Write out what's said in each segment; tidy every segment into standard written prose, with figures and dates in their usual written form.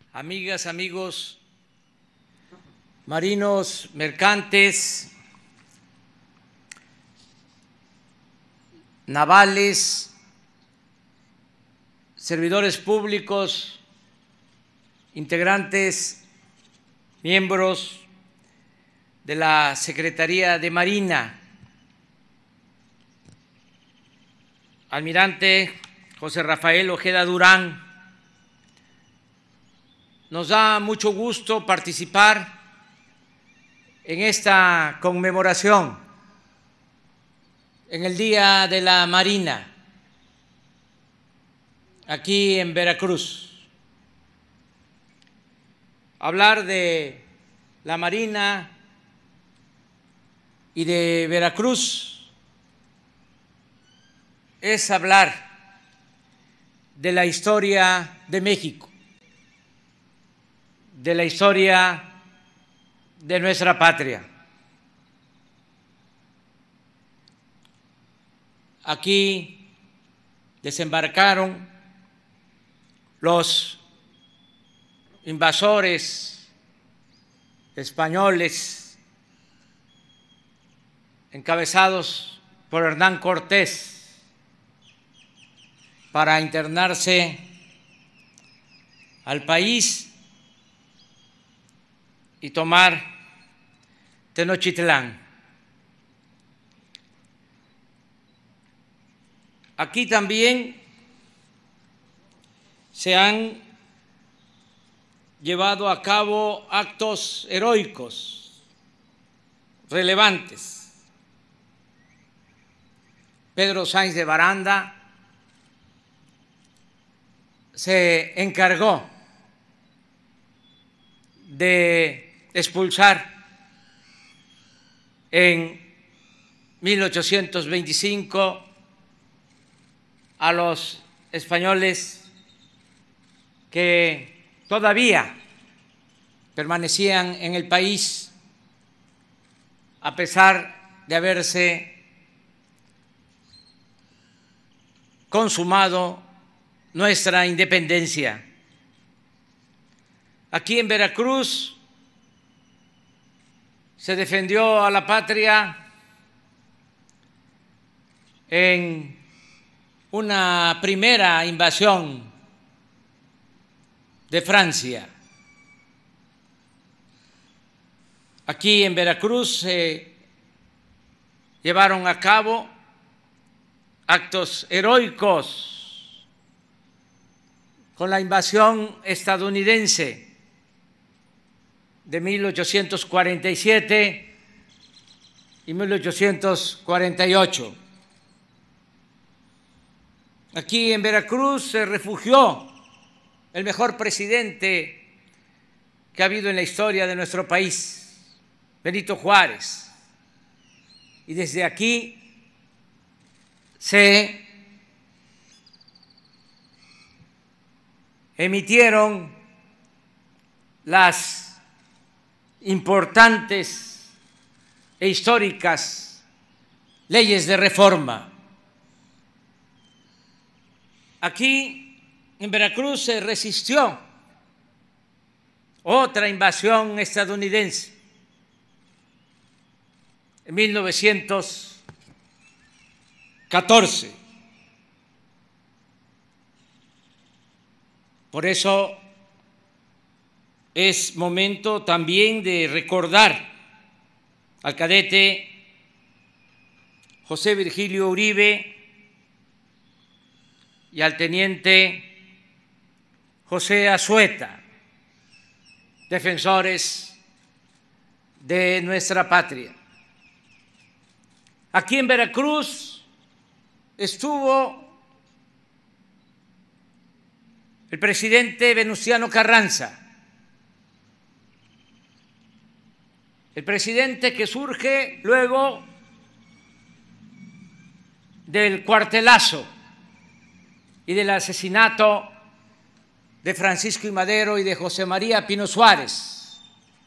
amigas, amigos, marinos, mercantes, navales, servidores públicos, integrantes, miembros de la Secretaría de Marina, almirante José Rafael Ojeda Durán. Nos da mucho gusto participar en esta conmemoración en el Día de la Marina, aquí en Veracruz. Hablar de la Marina y de Veracruz es hablar de la historia de México, de la historia de nuestra patria. Aquí desembarcaron los invasores españoles encabezados por Hernán Cortés para internarse al país y tomar Tenochtitlán. Aquí también se han llevado a cabo actos heroicos relevantes. Pedro Sáenz de Baranda se encargó de expulsar en 1825 a los españoles que todavía permanecían en el país a pesar de haberse consumado nuestra independencia. Aquí en Veracruz se defendió a la patria en una primera invasión de Francia. Aquí en Veracruz se llevaron a cabo actos heroicos con la invasión estadounidense de 1847 y 1848. Aquí en Veracruz se refugió el mejor presidente que ha habido en la historia de nuestro país, Benito Juárez. Y desde aquí se emitieron las importantes e históricas leyes de reforma. Aquí en Veracruz se resistió otra invasión estadounidense en 1914. Por eso es momento también de recordar al cadete José Virgilio Uribe y al teniente José Azueta, defensores de nuestra patria. Aquí en Veracruz estuvo el presidente Venustiano Carranza, el presidente que surge luego del cuartelazo y del asesinato de Francisco I. Madero y de José María Pino Suárez,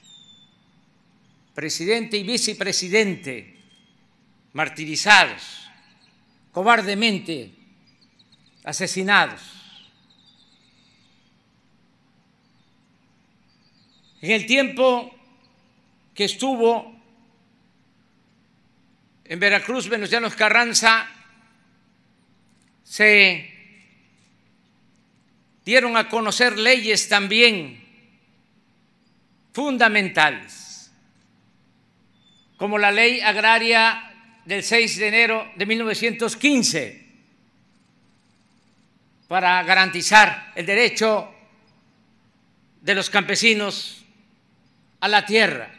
presidente y vicepresidente martirizados, cobardemente asesinados. En el tiempo que estuvo en Veracruz Venustiano Carranza, se dieron a conocer leyes también fundamentales, como la Ley Agraria del 6 de enero de 1915, para garantizar el derecho de los campesinos a la tierra.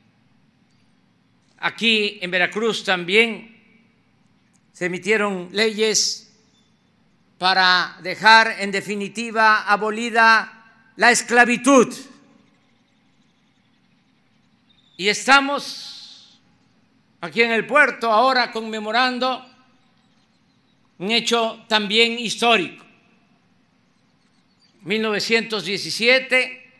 Aquí en Veracruz también se emitieron leyes para dejar en definitiva abolida la esclavitud. Y estamos aquí en el puerto ahora conmemorando un hecho también histórico. 1917,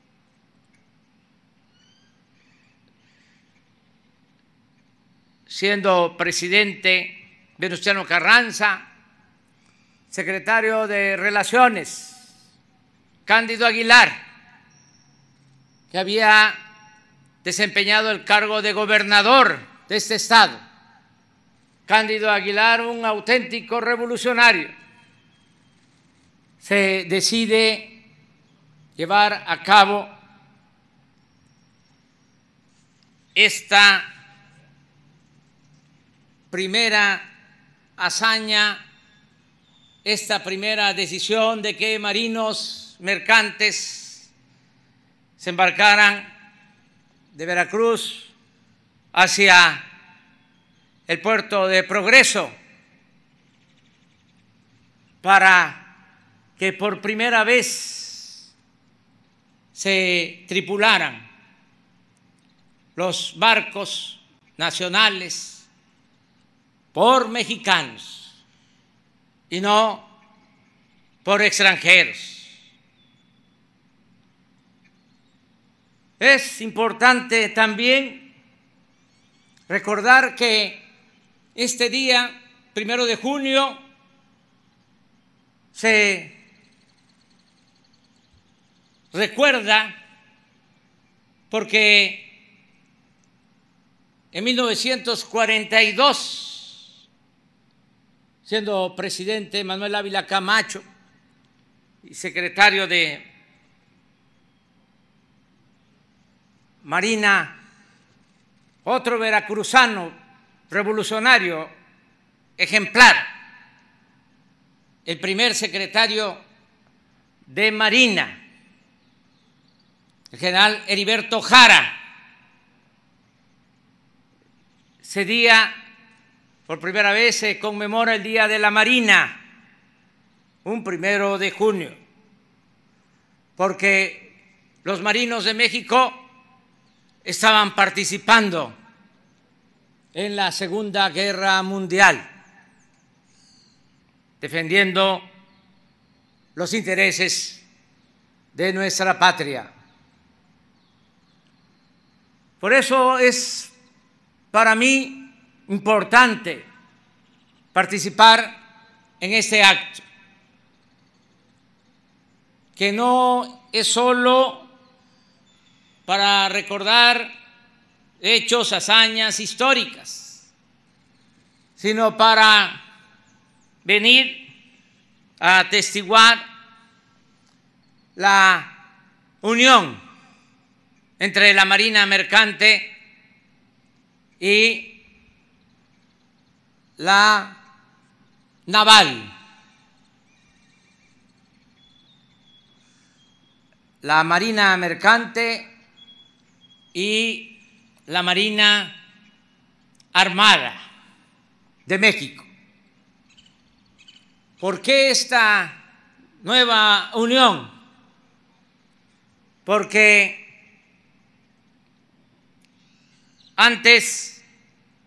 siendo presidente Venustiano Carranza, secretario de Relaciones Cándido Aguilar, que había desempeñado el cargo de gobernador de este estado. Cándido Aguilar, un auténtico revolucionario, se decide llevar a cabo esta primera hazaña, esta primera decisión de que marinos mercantes se embarcaran de Veracruz hacia el puerto de Progreso para que por primera vez se tripularan los barcos nacionales por mexicanos y no por extranjeros. Es importante también recordar que este día, 1 de junio, se recuerda porque en 1942, siendo presidente Manuel Ávila Camacho y secretario de Marina, otro veracruzano revolucionario ejemplar, el primer secretario de Marina, el general Heriberto Jara, ese día por primera vez se conmemora el Día de la Marina, un 1 de junio, porque los marinos de México estaban participando en la Segunda Guerra Mundial, defendiendo los intereses de nuestra patria. Por eso es para mí importante participar en este acto, que no es solo para recordar hechos, hazañas históricas, sino para venir a atestiguar la unión entre la Marina Mercante y la Naval. La Marina Mercante y la Marina Armada de México. ¿Por qué esta nueva unión? Porque antes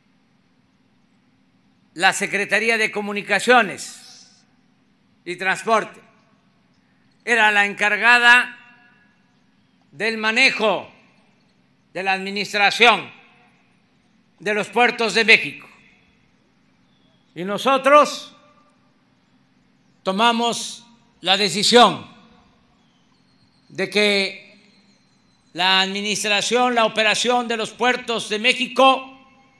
la Secretaría de Comunicaciones y Transporte era la encargada del manejo de la administración de los puertos de México. Y nosotros tomamos la decisión de que la administración, la operación de los puertos de México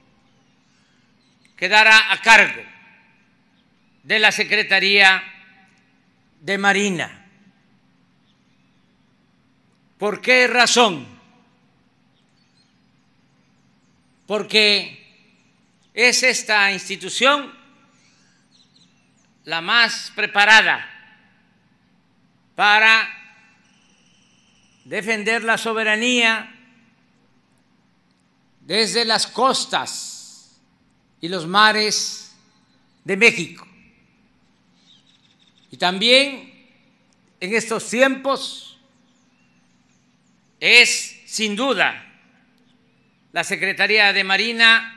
quedará a cargo de la Secretaría de Marina. ¿Por qué razón? Porque es esta institución la más preparada para defender la soberanía desde las costas y los mares de México. Y también en estos tiempos es sin duda la Secretaría de Marina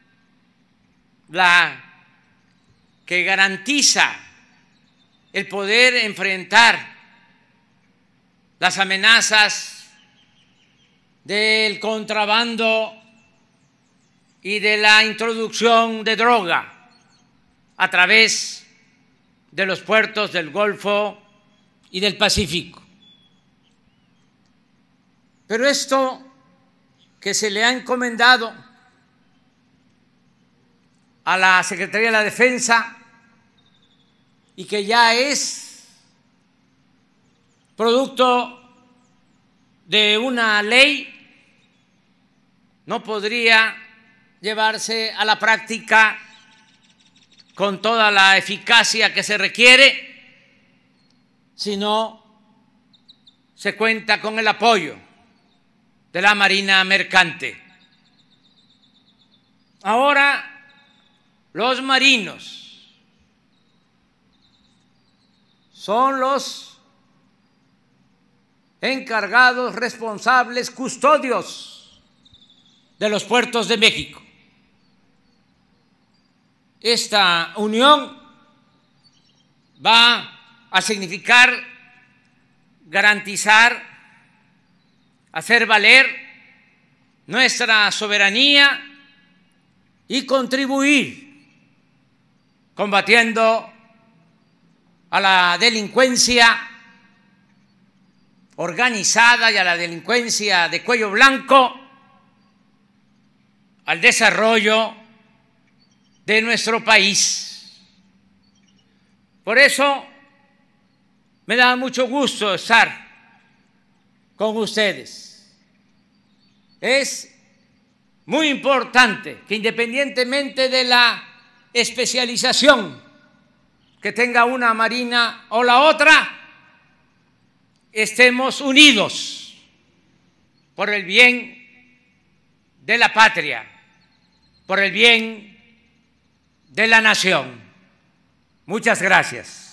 la que garantiza el poder enfrentar las amenazas del contrabando y de la introducción de droga a través de los puertos del Golfo y del Pacífico. Pero esto que se le ha encomendado a la Secretaría de la Defensa y que ya es producto de una ley, no podría llevarse a la práctica con toda la eficacia que se requiere si no se cuenta con el apoyo de la Marina Mercante. Ahora los marinos son los encargados, responsables, custodios de los puertos de México. Esta unión va a significar garantizar, hacer valer nuestra soberanía y contribuir combatiendo a la delincuencia organizada y a la delincuencia de cuello blanco, al desarrollo de nuestro país. Por eso me da mucho gusto estar con ustedes. Es muy importante que independientemente de la especialización que tenga una marina o la otra, estemos unidos por el bien de la patria, por el bien de la nación. Muchas gracias.